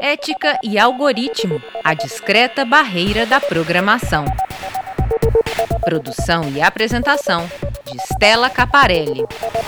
Ética e algoritmo, a discreta barreira da programação. Produção e apresentação de Stella Caparelli.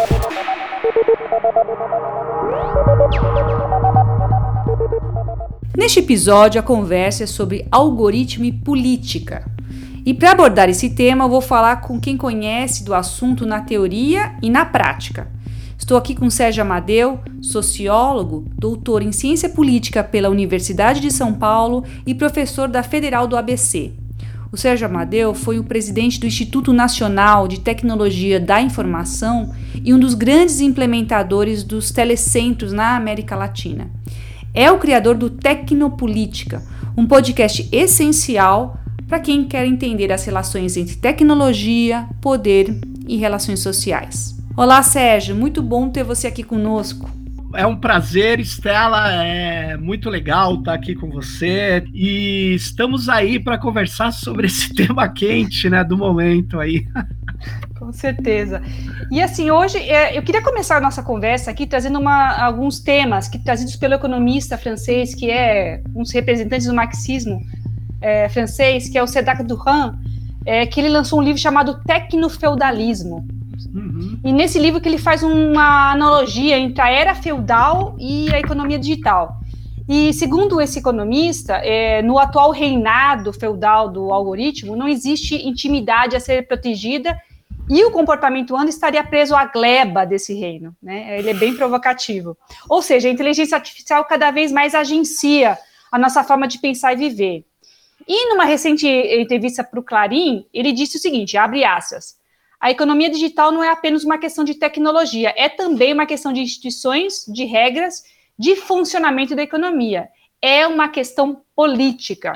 Neste episódio, a conversa é sobre algoritmo e política. E para abordar esse tema, eu vou falar com quem conhece do assunto na teoria e na prática. Estou aqui com Sérgio Amadeu, sociólogo, doutor em ciência política pela Universidade de São Paulo e professor da Federal do ABC. O Sérgio Amadeu foi o presidente do Instituto Nacional de Tecnologia da Informação e um dos grandes implementadores dos telecentros na América Latina. É o criador do Tecnopolítica, um podcast essencial para quem quer entender as relações entre tecnologia, poder e relações sociais. Olá, Sérgio, muito bom ter você aqui conosco. É um prazer, Stella, é muito legal estar aqui com você e estamos aí para conversar sobre esse tema quente, né, do momento aí. Com certeza. E assim, hoje eu queria começar a nossa conversa aqui trazendo alguns temas trazidos pelo economista francês, que é um dos representantes do marxismo francês, que é o Cédric Durand, que ele lançou um livro chamado Tecnofeudalismo. Uhum. E nesse livro que ele faz uma analogia entre a era feudal e a economia digital. E segundo esse economista, no atual reinado feudal do algoritmo, não existe intimidade a ser protegida e o comportamento humano estaria preso à gleba desse reino, né? Ele é bem provocativo. Ou seja, a inteligência artificial cada vez mais agencia a nossa forma de pensar e viver. E numa recente entrevista para o Clarim, ele disse o seguinte, abre aspas, a economia digital não é apenas uma questão de tecnologia, é também uma questão de instituições, de regras, de funcionamento da economia. É uma questão política.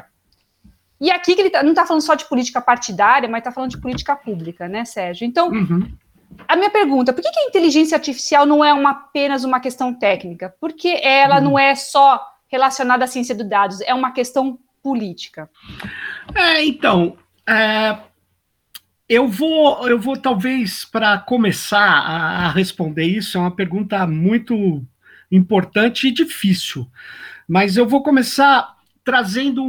E aqui que ele não está falando só de política partidária, mas está falando de política pública, né, Sérgio? Então, a minha pergunta, por que a inteligência artificial não é apenas uma questão técnica? Porque ela não é só relacionada à ciência dos dados, é uma questão política. Eu vou talvez, para começar a responder isso, é uma pergunta muito importante e difícil, mas eu vou começar trazendo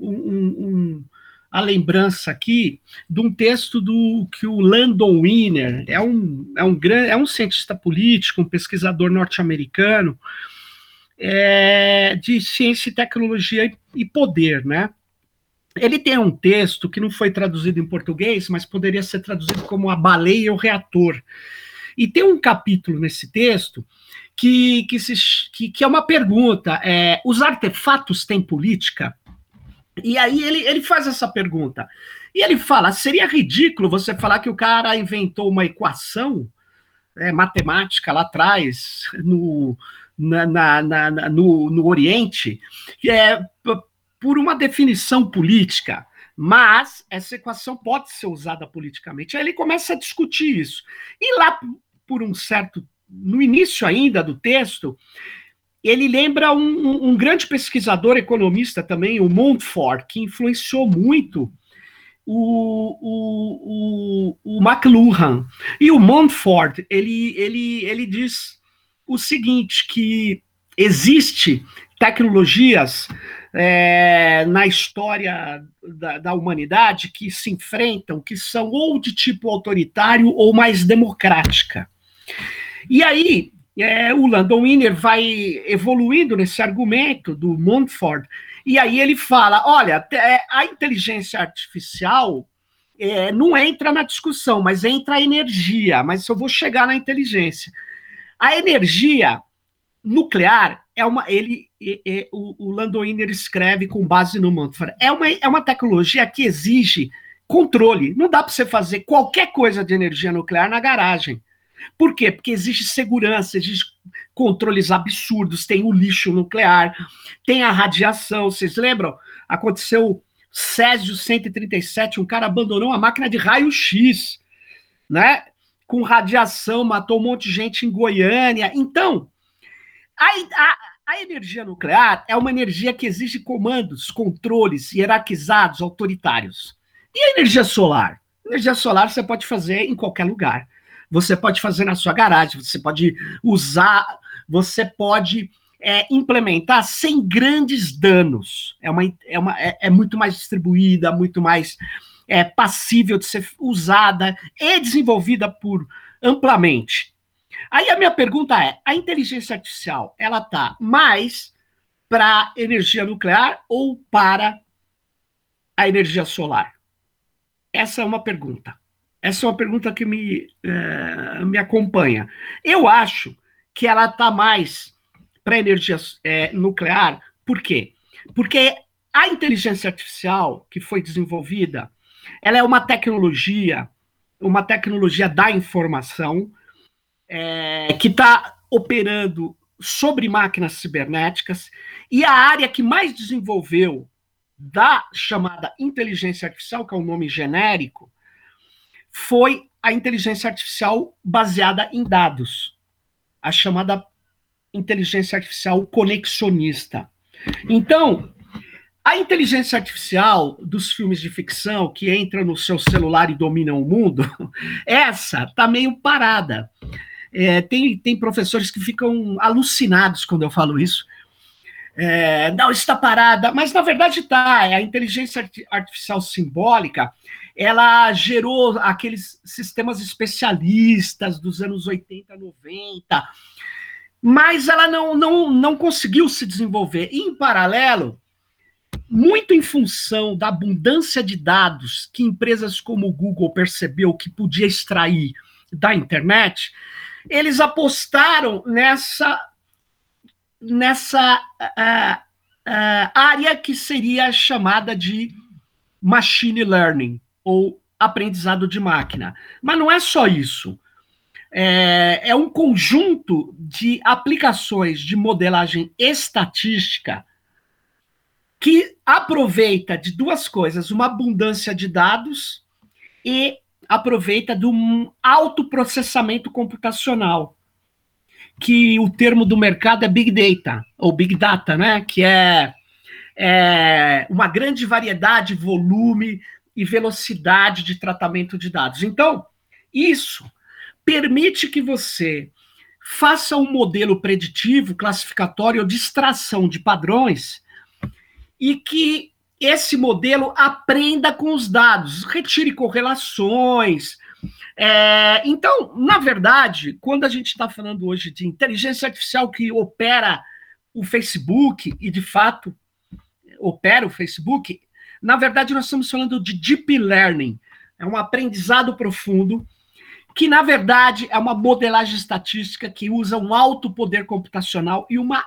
a lembrança aqui de um texto que o Landon Wiener, é um cientista político, um pesquisador norte-americano, de ciência e tecnologia e poder, né? Ele tem um texto que não foi traduzido em português, mas poderia ser traduzido como A Baleia e o Reator. E tem um capítulo nesse texto que é uma pergunta, os artefatos têm política? E aí ele faz essa pergunta. E ele fala, seria ridículo você falar que o cara inventou uma equação matemática lá atrás, no Oriente, por uma definição política, mas essa equação pode ser usada politicamente. Aí ele começa a discutir isso. E lá, no início ainda do texto, ele lembra um grande pesquisador economista também, o Montfort, que influenciou muito o McLuhan. E o Montfort, ele diz o seguinte, que existe tecnologias na história da humanidade que se enfrentam, que são ou de tipo autoritário ou mais democrática. E aí, o Landon Wiener vai evoluindo nesse argumento do Montfort, e aí ele fala, olha, a inteligência artificial não entra na discussão, mas entra a energia, mas eu vou chegar na inteligência. A energia nuclear o Landon Wiener escreve com base no Montfort. É uma tecnologia que exige controle. Não dá para você fazer qualquer coisa de energia nuclear na garagem. Por quê? Porque exige segurança, exige controles absurdos, tem o lixo nuclear, tem a radiação. Vocês lembram? Aconteceu Césio 137, um cara abandonou uma máquina de raio-x, né? Com radiação, matou um monte de gente em Goiânia. Então, a energia nuclear é uma energia que exige comandos, controles hierarquizados, autoritários. E a energia solar? Energia solar você pode fazer em qualquer lugar. Você pode fazer na sua garagem, você pode usar, você pode implementar sem grandes danos. É muito mais distribuída, muito mais passível de ser usada e desenvolvida amplamente. Aí a minha pergunta é, a inteligência artificial, ela está mais para energia nuclear ou para a energia solar? Essa é uma pergunta. Essa é uma pergunta que me acompanha. Eu acho que ela está mais para a energia nuclear. Por quê? Porque a inteligência artificial que foi desenvolvida, ela é uma tecnologia da informação que está operando sobre máquinas cibernéticas, e a área que mais desenvolveu da chamada inteligência artificial, que é um nome genérico, foi a inteligência artificial baseada em dados, a chamada inteligência artificial conexionista. Então, a inteligência artificial dos filmes de ficção, que entra no seu celular e dominam o mundo, essa está meio parada. Tem professores que ficam alucinados quando eu falo isso. Não, está parada, mas na verdade está. A inteligência artificial simbólica, ela gerou aqueles sistemas especialistas dos anos 80, 90, mas ela não conseguiu se desenvolver. E, em paralelo, muito em função da abundância de dados que empresas como o Google percebeu que podia extrair da internet, eles apostaram nessa área que seria chamada de machine learning, ou aprendizado de máquina. Mas não é só isso. É um conjunto de aplicações de modelagem estatística que aproveita de duas coisas, uma abundância de dados e aproveita de um autoprocessamento computacional, que o termo do mercado é Big Data, ou Big Data, né? Que é uma grande variedade, volume e velocidade de tratamento de dados. Então, isso permite que você faça um modelo preditivo, classificatório ou de extração de padrões e que esse modelo aprenda com os dados, retire correlações. Então, na verdade, quando a gente está falando hoje de inteligência artificial que opera o Facebook, e de fato opera o Facebook, na verdade nós estamos falando de deep learning, é um aprendizado profundo, que na verdade é uma modelagem estatística que usa um alto poder computacional e uma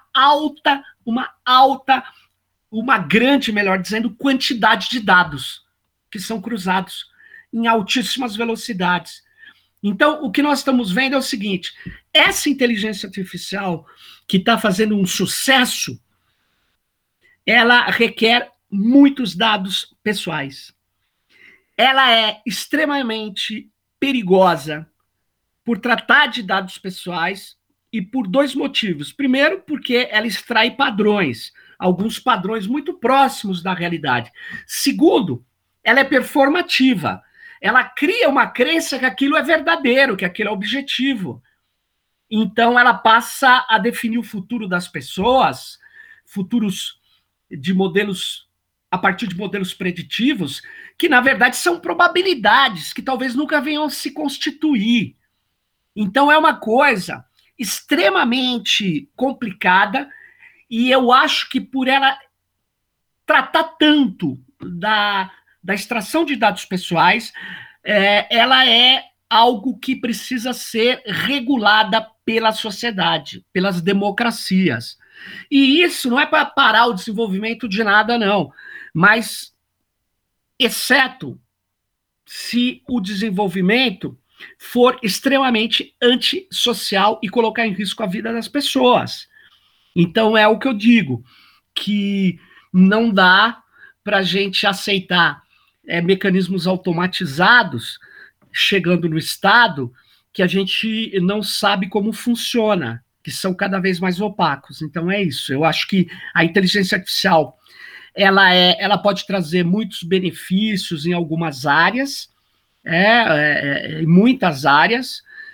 grande, melhor dizendo, quantidade de dados que são cruzados em altíssimas velocidades. Então, o que nós estamos vendo é o seguinte, essa inteligência artificial que está fazendo um sucesso, ela requer muitos dados pessoais. Ela é extremamente perigosa por tratar de dados pessoais e por dois motivos. Primeiro, porque ela extrai padrões, alguns padrões muito próximos da realidade. Segundo, ela é performativa. Ela cria uma crença que aquilo é verdadeiro, que aquilo é objetivo. Então, ela passa a definir o futuro das pessoas, futuros de modelos, a partir de modelos preditivos, que, na verdade, são probabilidades que talvez nunca venham a se constituir. Então, é uma coisa extremamente complicada, e eu acho que por ela tratar tanto da extração de dados pessoais, ela é algo que precisa ser regulada pela sociedade, pelas democracias. E isso não é para parar o desenvolvimento de nada, não, mas exceto se o desenvolvimento for extremamente antissocial e colocar em risco a vida das pessoas. Então é o que eu digo, que não dá para a gente aceitar mecanismos automatizados chegando no Estado que a gente não sabe como funciona, que são cada vez mais opacos. Então é isso. Eu acho que a inteligência artificial ela pode trazer muitos benefícios em algumas áreas, em muitas áreas,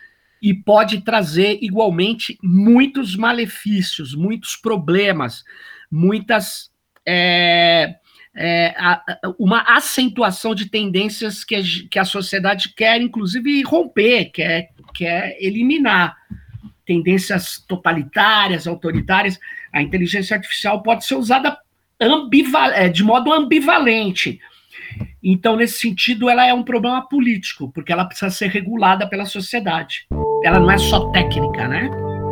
e pode trazer igualmente muitos malefícios, muitos problemas, muitas uma acentuação de tendências que a sociedade quer, inclusive, romper, quer eliminar. Tendências totalitárias, autoritárias. A inteligência artificial pode ser usada de modo ambivalente. Então, nesse sentido, ela é um problema político, porque ela precisa ser regulada pela sociedade. Ela não é só técnica, né?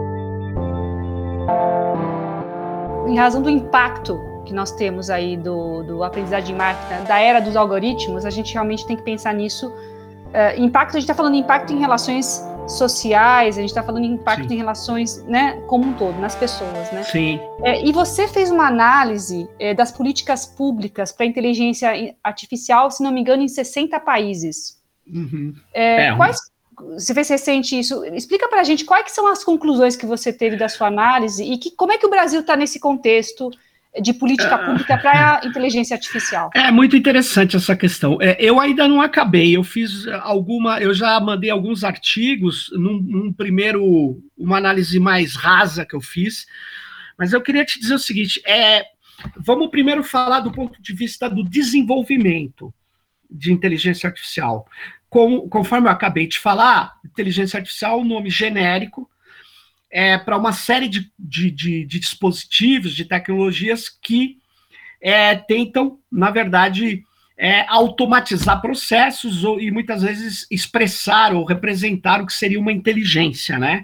Em razão do impacto que nós temos aí do aprendizagem de máquina, da era dos algoritmos, a gente realmente tem que pensar nisso. Impacto, a gente está falando de impacto em relações sociais, a gente está falando de impacto Sim. em relações, né, como um todo, nas pessoas, né? Sim. E você fez uma análise das políticas públicas para a inteligência artificial, se não me engano, em 60 países. Uhum. Você fez recente isso. Explica para a gente quais são as conclusões que você teve da sua análise e como é que o Brasil está nesse contexto de política pública para a inteligência artificial. É muito interessante essa questão. Eu ainda não acabei, eu já mandei alguns artigos, num primeiro, uma análise mais rasa que eu fiz, mas eu queria te dizer o seguinte, vamos primeiro falar do ponto de vista do desenvolvimento de inteligência artificial. Conforme eu acabei de falar, inteligência artificial é um nome genérico, para uma série de dispositivos, de tecnologias que tentam, na verdade, automatizar processos e muitas vezes expressar ou representar o que seria uma inteligência, né?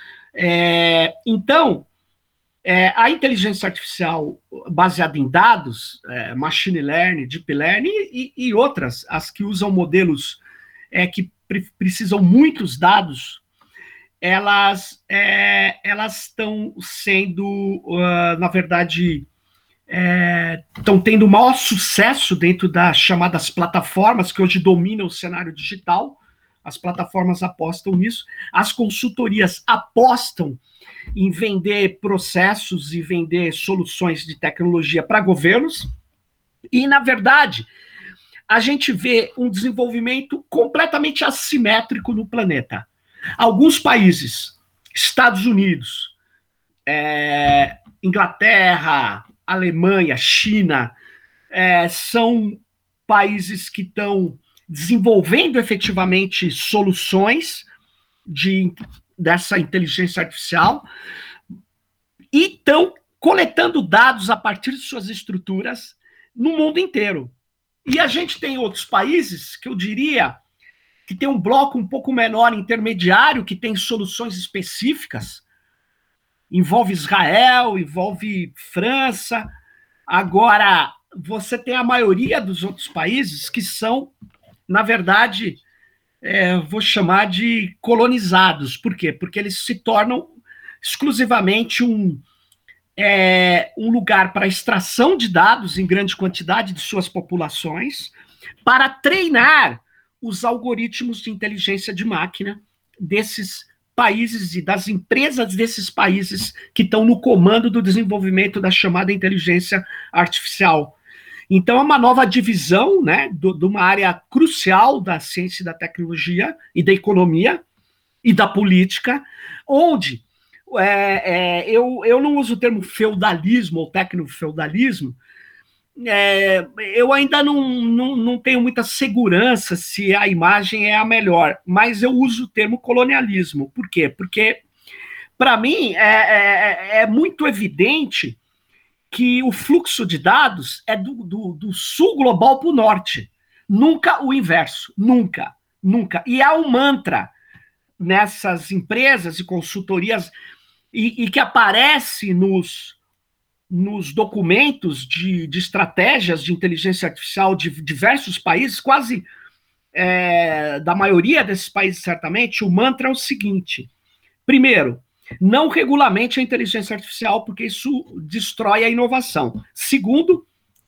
Então, a inteligência artificial baseada em dados, machine learning, deep learning e outras, as que usam modelos que precisam muitos dados, elas estão sendo, na verdade, estão tendo maior sucesso dentro das chamadas plataformas que hoje dominam o cenário digital. As plataformas apostam nisso, as consultorias apostam em vender processos e vender soluções de tecnologia para governos, e, na verdade, a gente vê um desenvolvimento completamente assimétrico no planeta. Alguns países, Estados Unidos, Inglaterra, Alemanha, China, são países que estão desenvolvendo efetivamente soluções dessa inteligência artificial e estão coletando dados a partir de suas estruturas no mundo inteiro. E a gente tem outros países que eu diria que tem um bloco um pouco menor, intermediário, que tem soluções específicas, envolve Israel, envolve França. Agora, você tem a maioria dos outros países que são, na verdade, vou chamar de colonizados. Por quê? Porque eles se tornam exclusivamente um lugar para extração de dados em grande quantidade de suas populações, para treinar os algoritmos de inteligência de máquina desses países e das empresas desses países que estão no comando do desenvolvimento da chamada inteligência artificial. Então, é uma nova divisão, né, de uma área crucial da ciência e da tecnologia e da economia e da política, onde eu não uso o termo feudalismo ou tecnofeudalismo. Eu ainda não tenho muita segurança se a imagem é a melhor, mas eu uso o termo colonialismo. Por quê? Porque, para mim, é muito evidente que o fluxo de dados é do sul global para o norte. Nunca o inverso. Nunca. Nunca. E há um mantra nessas empresas e consultorias e que aparece nos documentos de estratégias de inteligência artificial de diversos países, quase da maioria desses países, certamente, o mantra é o seguinte: primeiro, não regulamente a inteligência artificial, porque isso destrói a inovação. Segundo,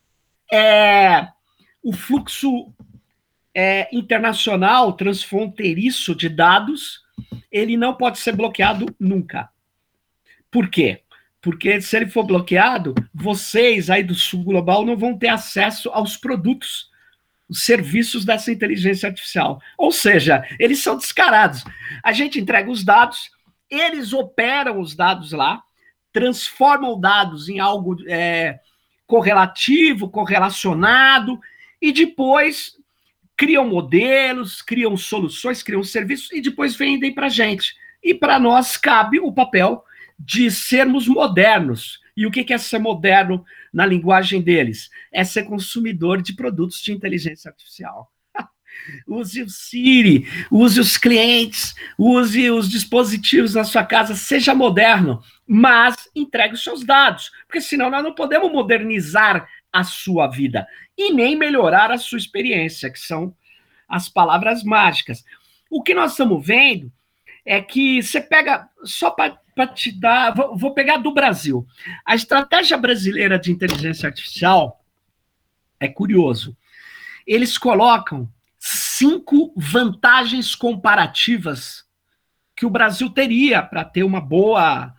o fluxo internacional, transfronteiriço de dados, ele não pode ser bloqueado nunca. Por quê? Porque se ele for bloqueado, vocês aí do sul global não vão ter acesso aos produtos os serviços dessa inteligência artificial. Ou seja, eles são descarados. A gente entrega os dados, eles operam os dados lá, transformam dados em algo correlativo, correlacionado, e depois criam modelos, criam soluções, criam serviços, e depois vendem para a gente. E para nós cabe o papel de sermos modernos. E o que é ser moderno na linguagem deles? É ser consumidor de produtos de inteligência artificial. Use o Siri, use os clientes, use os dispositivos na sua casa, seja moderno, mas entregue os seus dados, porque senão nós não podemos modernizar a sua vida e nem melhorar a sua experiência, que são as palavras mágicas. O que nós estamos vendo é que você pega, só para te dar, vou pegar do Brasil. A estratégia brasileira de inteligência artificial é curioso. Eles colocam 5 vantagens comparativas que o Brasil teria para ter uma boa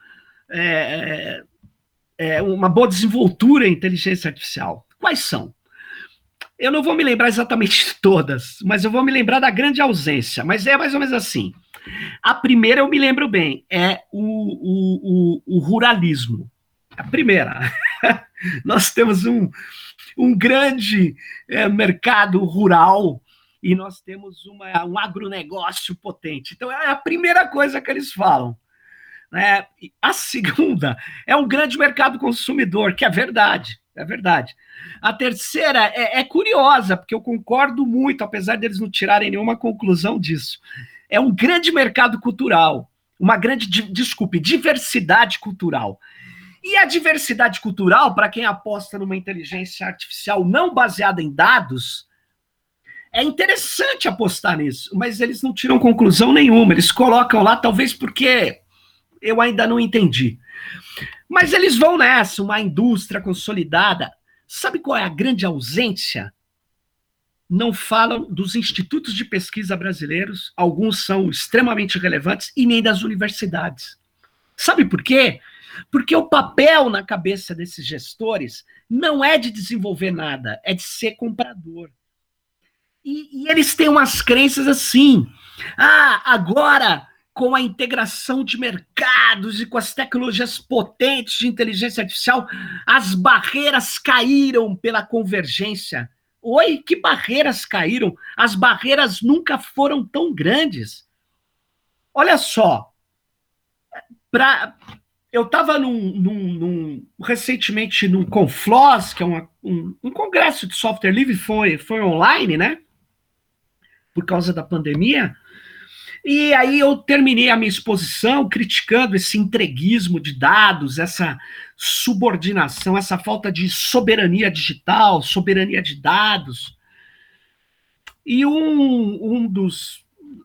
desenvoltura em inteligência artificial. Quais são? Eu não vou me lembrar exatamente de todas, mas eu vou me lembrar da grande ausência. Mas é mais ou menos assim. A primeira eu me lembro bem, é o ruralismo. A primeira. Nós temos um grande mercado rural e nós temos um agronegócio potente. Então, é a primeira coisa que eles falam. A segunda é um grande mercado consumidor, que é verdade. É verdade. A terceira é curiosa, porque eu concordo muito, apesar deles não tirarem nenhuma conclusão disso. É um grande mercado cultural, uma grande, diversidade cultural. E a diversidade cultural, para quem aposta numa inteligência artificial não baseada em dados, é interessante apostar nisso, mas eles não tiram conclusão nenhuma. Eles colocam lá, talvez porque eu ainda não entendi. Mas eles vão nessa, uma indústria consolidada. Sabe qual é a grande ausência? Não falam dos institutos de pesquisa brasileiros, alguns são extremamente relevantes, e nem das universidades. Sabe por quê? Porque o papel na cabeça desses gestores não é de desenvolver nada, é de ser comprador. E eles têm umas crenças assim, agora, com a integração de mercados e com as tecnologias potentes de inteligência artificial, as barreiras caíram pela convergência. Oi, que barreiras caíram? As barreiras nunca foram tão grandes. Olha só, eu estava recentemente no Confloss, que é um congresso de software livre, foi online, né? Por causa da pandemia. E aí eu terminei a minha exposição criticando esse entreguismo de dados, essa subordinação, essa falta de soberania digital, soberania de dados. E um dos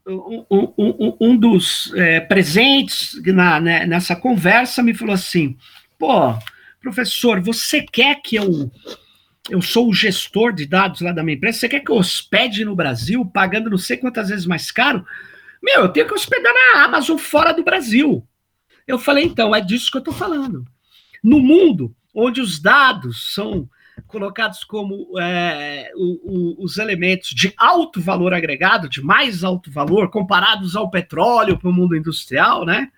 presentes nessa conversa me falou assim, professor, você quer que eu sou o gestor de dados lá da minha empresa, você quer que eu hospede no Brasil, pagando não sei quantas vezes mais caro? Eu tenho que hospedar na Amazon fora do Brasil. Eu falei, então, é disso que eu estou falando. No mundo, onde os dados são colocados como os elementos de alto valor agregado, de mais alto valor, comparados ao petróleo para o mundo industrial, né?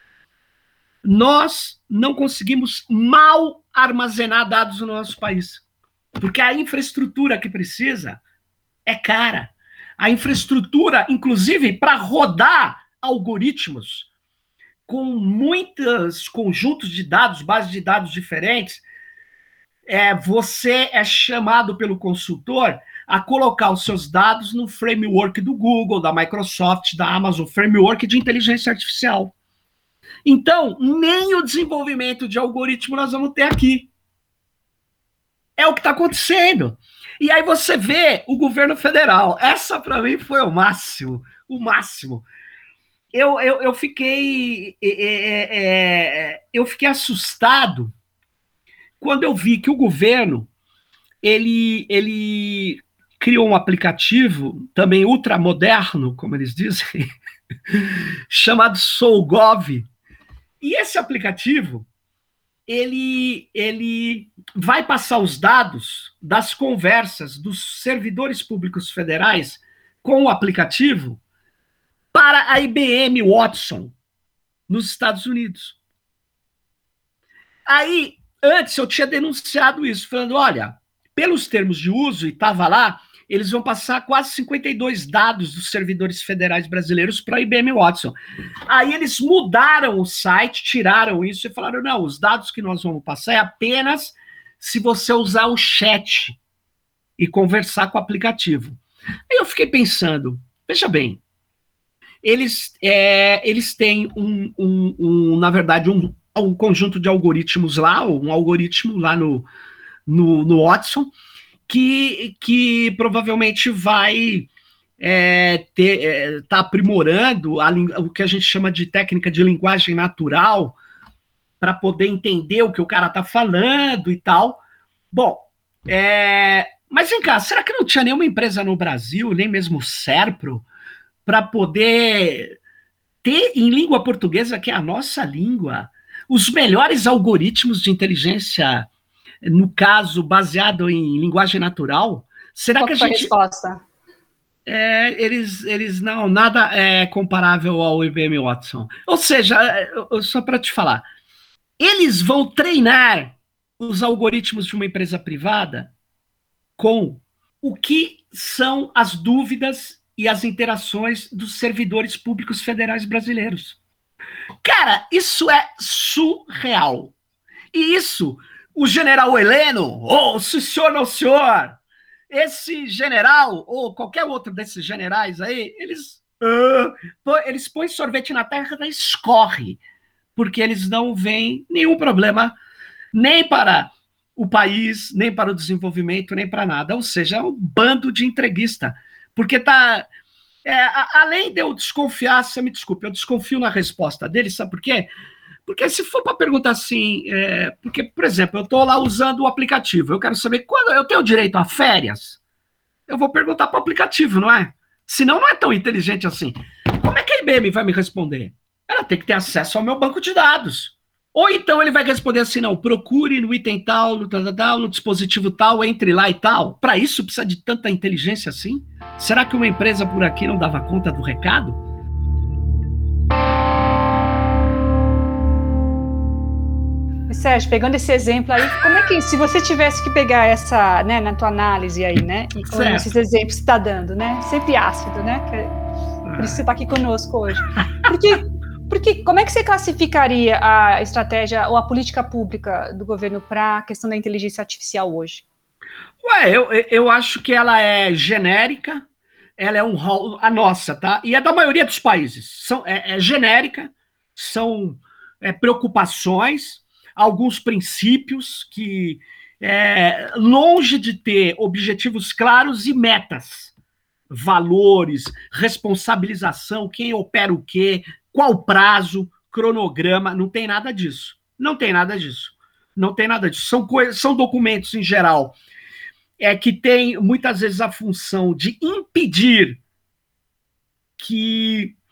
Nós não conseguimos mal armazenar dados no nosso país. Porque a infraestrutura que precisa é cara. A infraestrutura, inclusive, para rodar algoritmos com muitos conjuntos de dados, bases de dados diferentes, você é chamado pelo consultor a colocar os seus dados no framework do Google, da Microsoft, da Amazon, framework de inteligência artificial. Então, nem o desenvolvimento de algoritmo nós vamos ter aqui. É o que está acontecendo. E aí você vê o governo federal. Essa, para mim, foi o máximo. O máximo. Eu fiquei assustado quando eu vi que o governo ele criou um aplicativo, também ultramoderno, como eles dizem, chamado SouGov. E esse aplicativo, ele vai passar os dados das conversas dos servidores públicos federais com o aplicativo para a IBM Watson, nos Estados Unidos. Aí, antes eu tinha denunciado isso, falando, olha, pelos termos de uso, e estava lá, eles vão passar quase 52 dados dos servidores federais brasileiros para a IBM Watson. Aí eles mudaram o site, tiraram isso e falaram, não, os dados que nós vamos passar é apenas se você usar o chat e conversar com o aplicativo. Aí eu fiquei pensando, veja bem, eles têm na verdade, um conjunto de algoritmos lá, um algoritmo lá no Watson, que provavelmente vai tá aprimorando o que a gente chama de técnica de linguagem natural para poder entender o que o cara está falando e tal. Bom, mas vem cá, será que não tinha nenhuma empresa no Brasil, nem mesmo o Serpro, para poder ter em língua portuguesa, que é a nossa língua, os melhores algoritmos de inteligência, no caso, baseado em linguagem natural? Será que a gente... resposta? Eles não, nada é comparável ao IBM Watson. Ou seja, só para te falar, eles vão treinar os algoritmos de uma empresa privada com o que são as dúvidas e as interações dos servidores públicos federais brasileiros. Cara, isso é surreal. E isso, o general Heleno, se senhor não senhor, esse general, ou qualquer outro desses generais aí, eles põem sorvete na terra e escorre, porque eles não veem nenhum problema, nem para o país, nem para o desenvolvimento, nem para nada. Ou seja, é um bando de entreguista. Porque além de eu desconfiar, você me desculpe, eu desconfio na resposta dele, sabe por quê? Porque se for para perguntar assim, porque, por exemplo, eu estou lá usando o aplicativo, eu quero saber quando eu tenho direito a férias, eu vou perguntar para o aplicativo, não é? Senão não é tão inteligente assim. Como é que a IBM vai me responder? Ela tem que ter acesso ao meu banco de dados. Ou então ele vai responder assim, não, procure no item tal, no dispositivo tal, entre lá e tal. Para isso precisa de tanta inteligência assim? Será que uma empresa por aqui não dava conta do recado? Sérgio, pegando esse exemplo aí, como é que, se você tivesse que pegar essa, né, na tua análise aí, né, e com esses exemplos que você está dando, né, sempre ácido, né, por isso você está aqui conosco hoje. Porque como é que você classificaria a estratégia ou a política pública do governo para a questão da inteligência artificial hoje? Eu acho que ela é genérica, ela é a nossa, tá? E é da maioria dos países. É genérica, são preocupações, alguns princípios que, longe de ter objetivos claros e metas, valores, responsabilização, quem opera o quê, qual prazo, cronograma, não tem nada disso. Não tem nada disso. Não tem nada disso. São documentos, em geral, que têm, muitas vezes, a função de impedir que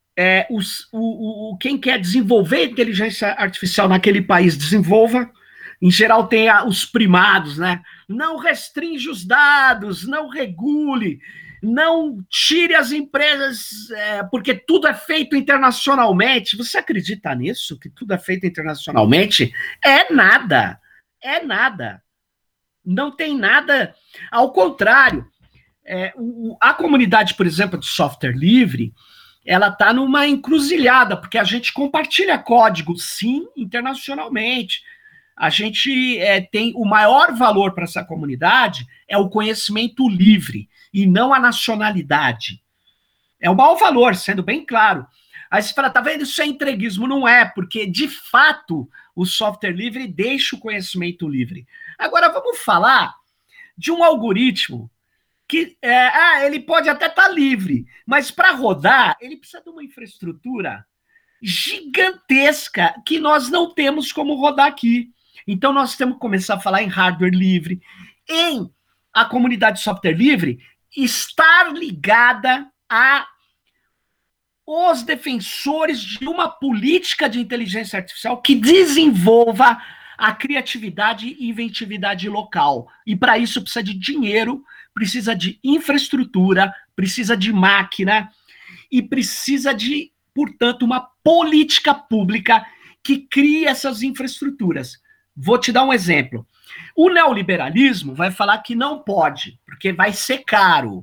quem quer desenvolver inteligência artificial naquele país desenvolva. Em geral, tem os primados, né? Não restringe os dados, não regule, não tire as empresas, porque tudo é feito internacionalmente. Você acredita nisso? Que tudo é feito internacionalmente? É nada. É nada. Não tem nada. Ao contrário, a comunidade, por exemplo, de software livre, ela está numa encruzilhada, porque a gente compartilha código, sim, internacionalmente. A gente tem o maior valor para essa comunidade é o conhecimento livre e não a nacionalidade. É o maior valor, sendo bem claro. Aí você fala, tá vendo, isso é entreguismo. Não é, porque, de fato, o software livre deixa o conhecimento livre. Agora, vamos falar de um algoritmo que ele pode até estar livre, mas para rodar, ele precisa de uma infraestrutura gigantesca que nós não temos como rodar aqui. Então, nós temos que começar a falar em hardware livre, em a comunidade de software livre estar ligada a os defensores de uma política de inteligência artificial que desenvolva a criatividade e inventividade local. E para isso precisa de dinheiro, precisa de infraestrutura, precisa de máquina e precisa de, portanto, uma política pública que crie essas infraestruturas. Vou te dar um exemplo. O neoliberalismo vai falar que não pode, porque vai ser caro.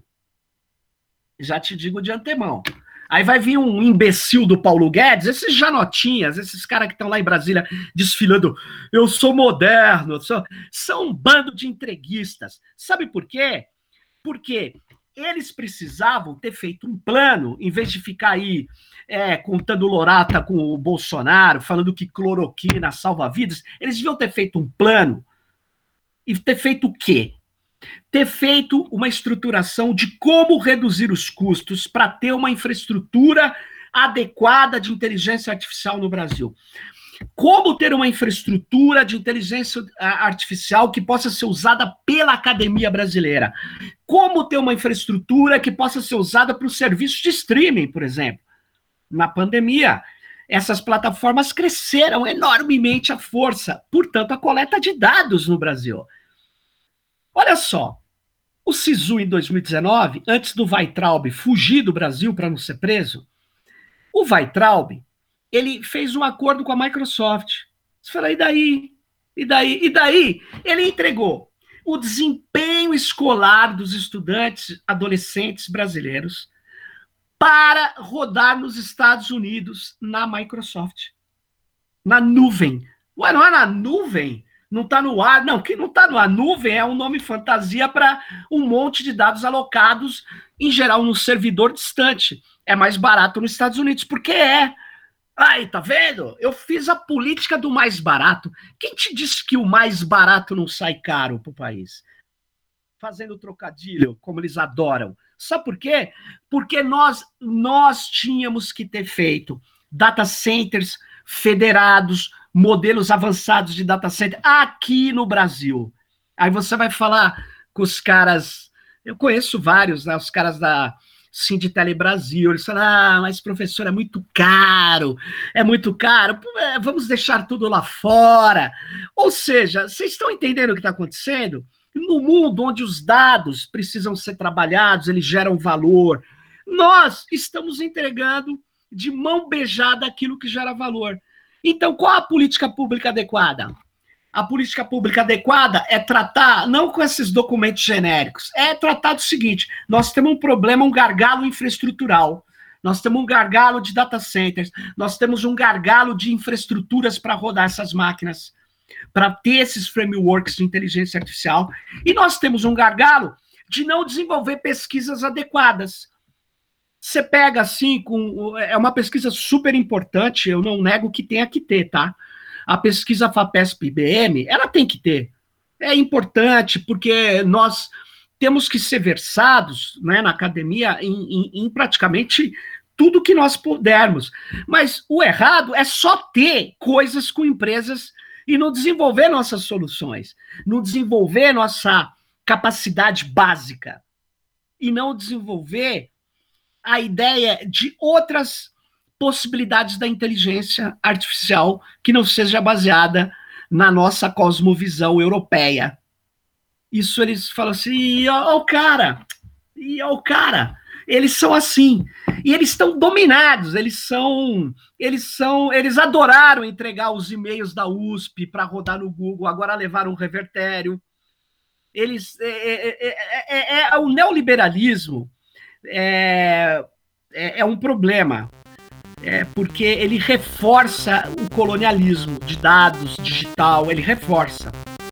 Já te digo de antemão. Aí vai vir um imbecil do Paulo Guedes, esses janotinhas, esses caras que estão lá em Brasília desfilando, eu sou moderno, são um bando de entreguistas. Sabe por quê? Porque eles precisavam ter feito um plano, em vez de ficar aí contando lorata com o Bolsonaro, falando que cloroquina salva vidas, eles deviam ter feito um plano e ter feito o quê? Ter feito uma estruturação de como reduzir os custos para ter uma infraestrutura adequada de inteligência artificial no Brasil. Como ter uma infraestrutura de inteligência artificial que possa ser usada pela academia brasileira. Como ter uma infraestrutura que possa ser usada para os serviços de streaming, por exemplo. Na pandemia, essas plataformas cresceram enormemente a força, portanto, a coleta de dados no Brasil. Olha só, o Sisu em 2019, antes do Weintraub fugir do Brasil para não ser preso, o Weintraub, ele fez um acordo com a Microsoft. Você fala, e daí? E daí? E daí? Ele entregou o desempenho escolar dos estudantes adolescentes brasileiros para rodar nos Estados Unidos na Microsoft. Na nuvem. Ué, não é na nuvem? Não está no ar, não, que não está no ar. Nuvem é um nome fantasia para um monte de dados alocados, em geral, num servidor distante. É mais barato nos Estados Unidos, porque é. Aí, tá vendo? Eu fiz a política do mais barato. Quem te disse que o mais barato não sai caro para o país? Fazendo trocadilho, como eles adoram. Sabe por quê? Porque nós tínhamos que ter feito data centers federados, modelos avançados de data center aqui no Brasil. Aí você vai falar com os caras, eu conheço vários, né, os caras da Sinditele Brasil, eles falam, mas professor, é muito caro, vamos deixar tudo lá fora. Ou seja, vocês estão entendendo o que está acontecendo? No mundo onde os dados precisam ser trabalhados, eles geram valor, nós estamos entregando de mão beijada aquilo que gera valor. Então, qual a política pública adequada? A política pública adequada é tratar, não com esses documentos genéricos, é tratar do seguinte, nós temos um problema, um gargalo infraestrutural, nós temos um gargalo de data centers, nós temos um gargalo de infraestruturas para rodar essas máquinas, para ter esses frameworks de inteligência artificial, e nós temos um gargalo de não desenvolver pesquisas adequadas. Você pega assim, é uma pesquisa super importante, eu não nego que tenha que ter, tá? A pesquisa FAPESP-IBM, ela tem que ter. É importante, porque nós temos que ser versados, né, na academia em praticamente tudo que nós pudermos. Mas o errado é só ter coisas com empresas e não desenvolver nossas soluções, não desenvolver nossa capacidade básica e não desenvolver a ideia de outras possibilidades da inteligência artificial que não seja baseada na nossa cosmovisão europeia. Isso eles falam assim, e o cara, eles são assim, e eles estão dominados, eles adoraram entregar os e-mails da USP para rodar no Google, agora levaram um revertério. O neoliberalismo é um problema, porque ele reforça o colonialismo de dados, digital, ele reforça.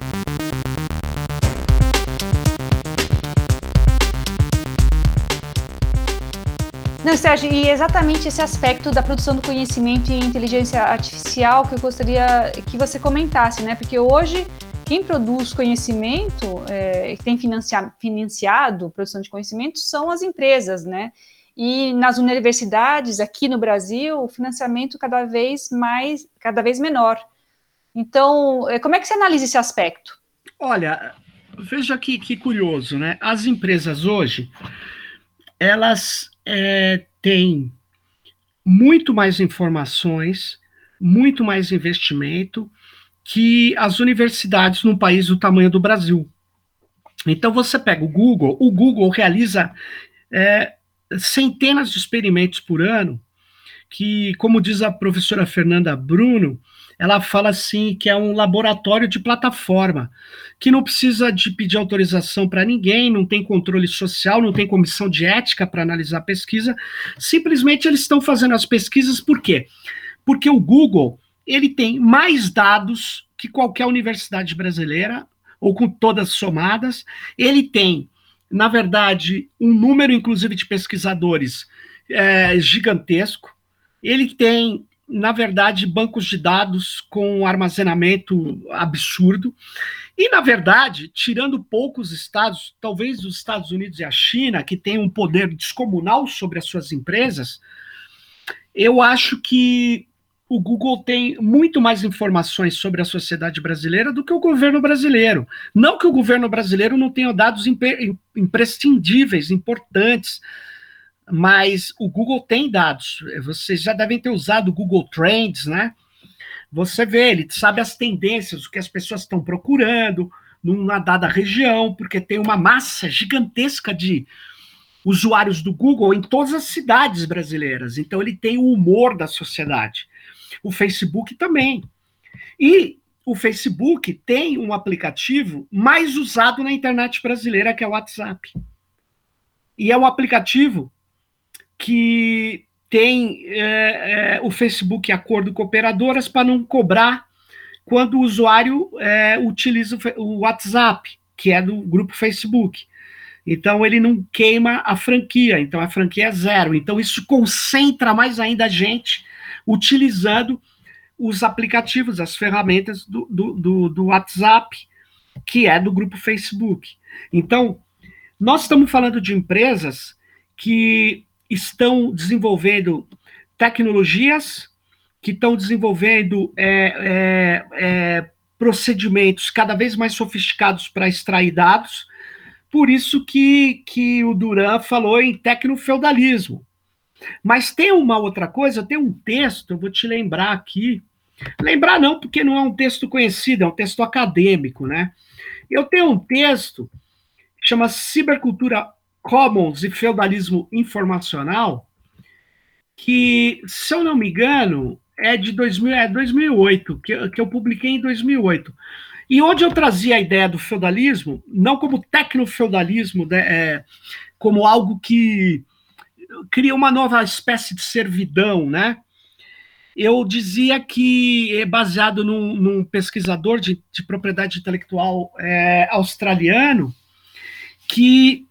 Não, Sérgio, e exatamente esse aspecto da produção do conhecimento e inteligência artificial que eu gostaria que você comentasse, né? Porque hoje quem produz conhecimento, tem financiado produção de conhecimento são as empresas, né? E nas universidades, aqui no Brasil, o financiamento cada vez menor. Então, como é que você analisa esse aspecto? Olha, veja que curioso, né? As empresas hoje, elas têm muito mais informações, muito mais investimento que as universidades num país do tamanho do Brasil. Então, você pega o Google realiza centenas de experimentos por ano, que, como diz a professora Fernanda Bruno, ela fala assim que é um laboratório de plataforma, que não precisa de pedir autorização para ninguém, não tem controle social, não tem comissão de ética para analisar a pesquisa, simplesmente eles estão fazendo as pesquisas, por quê? Porque o Google, ele tem mais dados que qualquer universidade brasileira, ou com todas somadas, ele tem, na verdade, um número, inclusive, de pesquisadores gigantesco, ele tem, na verdade, bancos de dados com armazenamento absurdo, e, na verdade, tirando poucos estados, talvez os Estados Unidos e a China, que têm um poder descomunal sobre as suas empresas, eu acho que o Google tem muito mais informações sobre a sociedade brasileira do que o governo brasileiro. Não que o governo brasileiro não tenha dados imprescindíveis, importantes, mas o Google tem dados. Vocês já devem ter usado o Google Trends, né? Você vê, ele sabe as tendências, o que as pessoas estão procurando numa dada região, porque tem uma massa gigantesca de usuários do Google em todas as cidades brasileiras. Então, ele tem o humor da sociedade. O Facebook também. E o Facebook tem um aplicativo mais usado na internet brasileira, que é o WhatsApp. E é um aplicativo que tem o Facebook acordo com operadoras para não cobrar quando o usuário utiliza o WhatsApp, que é do grupo Facebook. Então, ele não queima a franquia, então a franquia é zero. Então, isso concentra mais ainda a gente utilizando os aplicativos, as ferramentas do WhatsApp, que é do grupo Facebook. Então, nós estamos falando de empresas que estão desenvolvendo tecnologias, que estão desenvolvendo procedimentos cada vez mais sofisticados para extrair dados. Por isso que o Duran falou em tecnofeudalismo. Mas tem uma outra coisa, tem um texto, eu vou te lembrar aqui. Lembrar não, porque não é um texto conhecido, é um texto acadêmico, né? Eu tenho um texto que chama Cibercultura Commons e Feudalismo Informacional, que, se eu não me engano, é de 2008, que eu publiquei em 2008. E onde eu trazia a ideia do feudalismo, não como tecnofeudalismo, como algo que cria uma nova espécie de servidão, né? Eu dizia que, baseado num pesquisador de propriedade intelectual australiano, que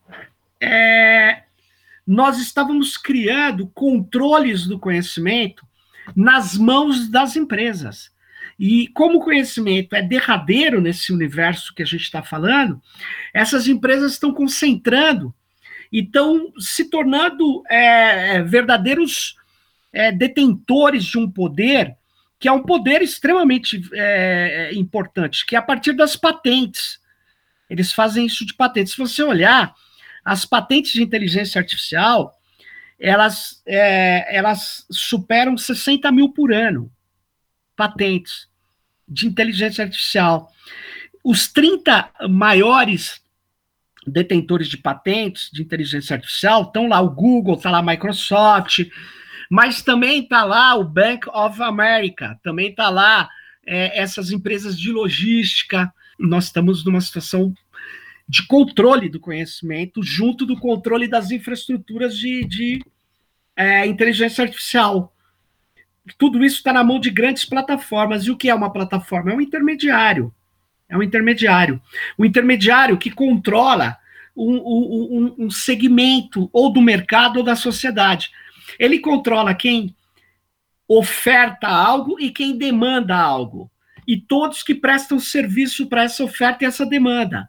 nós estávamos criando controles do conhecimento nas mãos das empresas. E como o conhecimento é derradeiro nesse universo que a gente está falando, essas empresas estão concentrando e estão se tornando verdadeiros detentores de um poder que é um poder extremamente importante, que é a partir das patentes. Eles fazem isso de patentes. Se você olhar, as patentes de inteligência artificial, elas superam 60 mil por ano. Patentes de inteligência artificial. Os 30 maiores detentores de patentes de inteligência artificial estão lá, o Google, está lá a Microsoft, mas também está lá o Bank of America, também está lá essas empresas de logística. Nós estamos numa situação de controle do conhecimento junto do controle das infraestruturas de inteligência artificial. Tudo isso está na mão de grandes plataformas. E o que é uma plataforma? É um intermediário. É um intermediário. Um intermediário que controla um segmento ou do mercado ou da sociedade. Ele controla quem oferta algo e quem demanda algo. E todos que prestam serviço para essa oferta e essa demanda.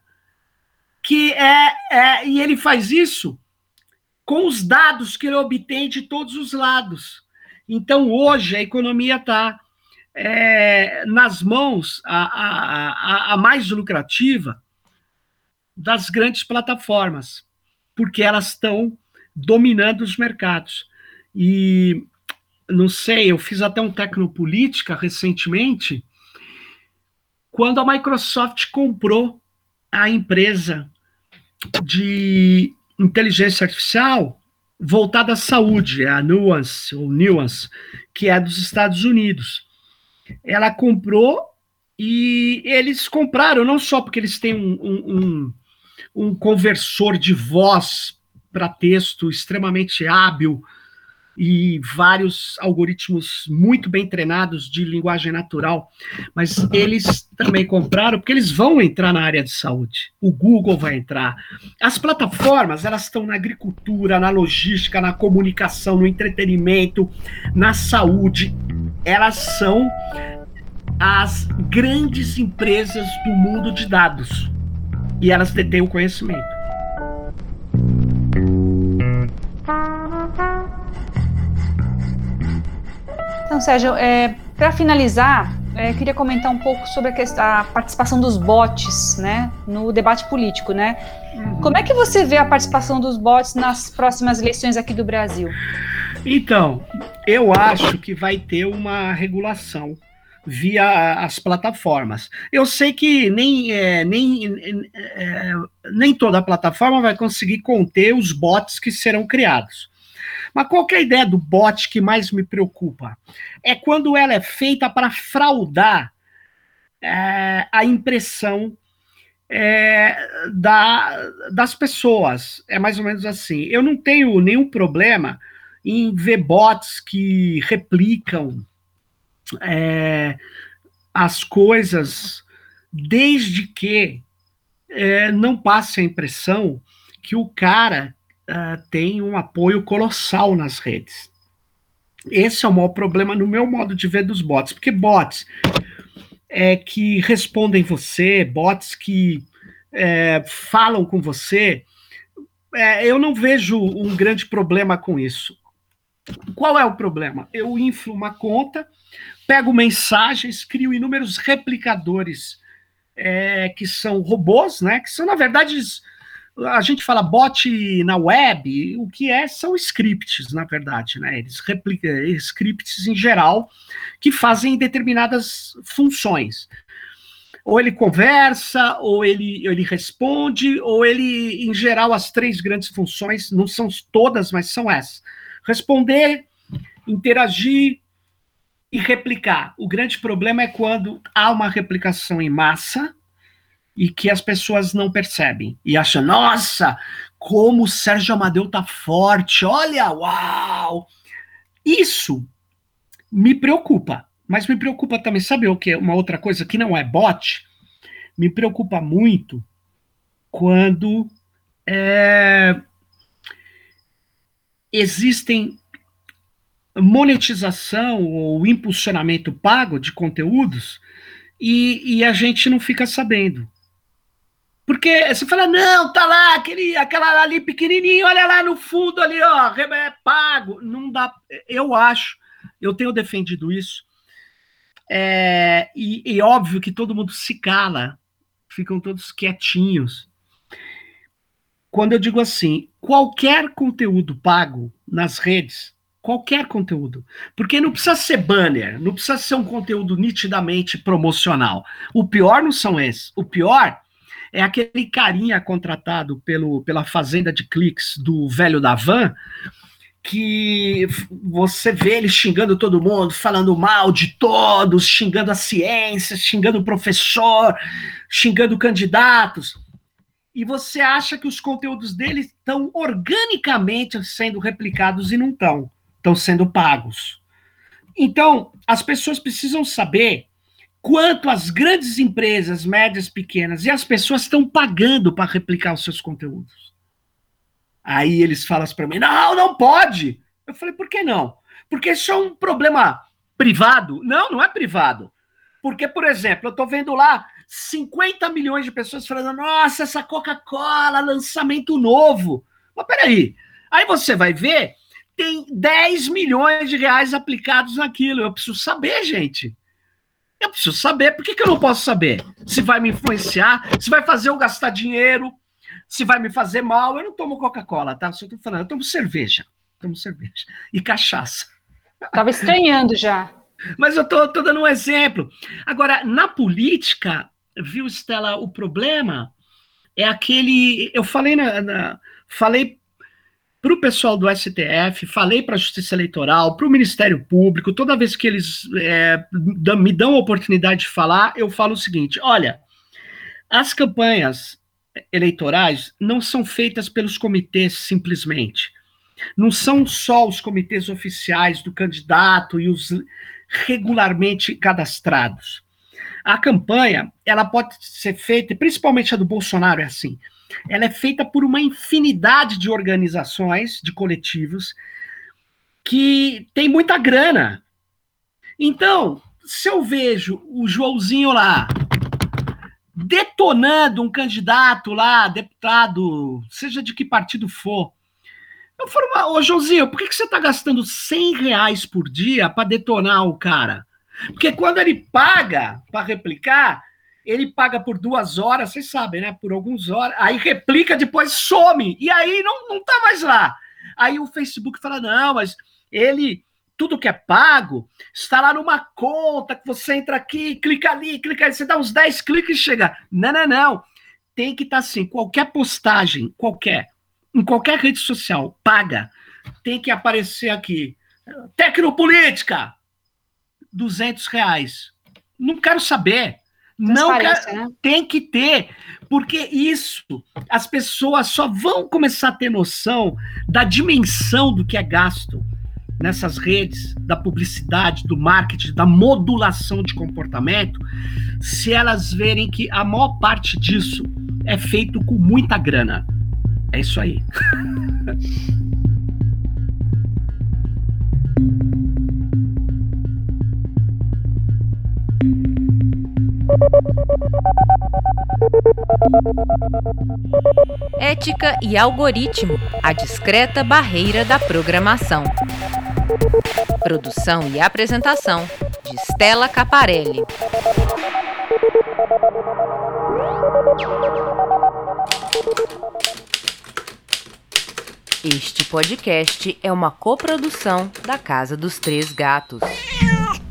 E ele faz isso com os dados que ele obtém de todos os lados. Então, hoje, a economia está nas mãos, a mais lucrativa, das grandes plataformas, porque elas estão dominando os mercados. E, não sei, eu fiz até um Tecnopolítica recentemente, quando a Microsoft comprou a empresa de inteligência artificial voltada à saúde, a Nuance, que é dos Estados Unidos. Ela comprou e eles compraram, não só porque eles têm um conversor de voz para texto extremamente hábil e vários algoritmos muito bem treinados de linguagem natural, mas eles também compraram porque eles vão entrar na área de saúde. O Google vai entrar. As plataformas, elas estão na agricultura, na logística, na comunicação, no entretenimento, na saúde. Elas são as grandes empresas do mundo de dados. E elas detêm o conhecimento. Então, Sérgio, para finalizar, queria comentar um pouco sobre a participação dos bots, né, no debate político, né? Como é que você vê a participação dos bots nas próximas eleições aqui do Brasil? Então, eu acho que vai ter uma regulação via as plataformas. Eu sei que nem toda a plataforma vai conseguir conter os bots que serão criados. Mas qual que é a ideia do bot que mais me preocupa? É quando ela é feita para fraudar a impressão das pessoas. É mais ou menos assim. Eu não tenho nenhum problema em ver bots que replicam as coisas, desde que não passe a impressão que o cara tem um apoio colossal nas redes. Esse é o maior problema no meu modo de ver dos bots, porque bots que respondem você, bots que falam com você, eu não vejo um grande problema com isso. Qual é o problema? Eu inflo uma conta, pego mensagens, crio inúmeros replicadores que são robôs, né? Que são, na verdade, a gente fala bot na web, o que são scripts, na verdade, né? Eles replicam scripts em geral que fazem determinadas funções. Ou ele conversa, ou ele responde, ou ele, em geral, as 3 grandes funções, não são todas, mas são essas. Responder, interagir e replicar. O grande problema é quando há uma replicação em massa e que as pessoas não percebem. E acham, nossa, como o Sérgio Amadeu tá forte, olha, uau! Isso me preocupa. Mas me preocupa também, sabe o que? Uma outra coisa que não é bot, me preocupa muito quando existem monetização ou impulsionamento pago de conteúdos e a gente não fica sabendo. Porque você fala, não, tá lá, aquela ali pequenininho, olha lá no fundo ali, ó, é pago. Não dá, eu tenho defendido isso. E óbvio que todo mundo se cala, ficam todos quietinhos. Quando eu digo assim, qualquer conteúdo pago nas redes, qualquer conteúdo, porque não precisa ser banner, não precisa ser um conteúdo nitidamente promocional. O pior não são esses, o pior é aquele carinha contratado pela fazenda de cliques do velho da van, que você vê ele xingando todo mundo, falando mal de todos, xingando a ciência, xingando o professor, xingando candidatos, e você acha que os conteúdos dele estão organicamente sendo replicados e não estão sendo pagos. Então, as pessoas precisam saber quanto as grandes empresas, médias, pequenas, e as pessoas estão pagando para replicar os seus conteúdos. Aí eles falam para mim, não pode. Eu falei, por que não? Porque isso é um problema privado? Não é privado. Porque, por exemplo, eu estou vendo lá 50 milhões de pessoas falando, nossa, essa Coca-Cola, lançamento novo. Mas peraí, aí você vai ver, tem 10 milhões de reais aplicados naquilo. Eu preciso saber, gente. Eu preciso saber. Por que eu não posso saber? Se vai me influenciar, se vai fazer eu gastar dinheiro, se vai me fazer mal. Eu não tomo Coca-Cola, tá? Só tô falando, eu tomo cerveja. E cachaça. Tava estranhando já. Mas eu tô dando um exemplo. Agora, na política, viu, Stella, o problema é aquele. Eu falei falei para o pessoal do STF, falei para a Justiça Eleitoral, para o Ministério Público, toda vez que eles me dão a oportunidade de falar, eu falo o seguinte: olha, as campanhas eleitorais não são feitas pelos comitês simplesmente. Não são só os comitês oficiais do candidato e os regularmente cadastrados. A campanha, ela pode ser feita, principalmente a do Bolsonaro é assim, ela é feita por uma infinidade de organizações, de coletivos, que tem muita grana. Então, se eu vejo o Joãozinho lá detonando um candidato lá, deputado, seja de que partido for, eu falo, ô Joãozinho, por que você está gastando R$100 por dia para detonar o cara? Porque quando ele paga para replicar, ele paga por 2 horas, vocês sabem, né? Por algumas horas, aí replica, depois some, e aí não tá mais lá. Aí o Facebook fala, não, mas tudo que é pago, está lá numa conta, que você entra aqui, clica ali, você dá uns 10 cliques e chega. Não. Tem que estar assim, qualquer postagem, em qualquer rede social, paga, tem que aparecer aqui, Tecnopolítica, R$200. Não quero saber. Não quero, né? Tem que ter, porque isso, as pessoas só vão começar a ter noção da dimensão do que é gasto nessas redes, da publicidade, do marketing, da modulação de comportamento, se elas verem que a maior parte disso é feito com muita grana. É isso aí. Ética e algoritmo, a discreta barreira da programação. Produção e apresentação de Stella Caparelli. Este podcast é uma coprodução da Casa dos Três Gatos.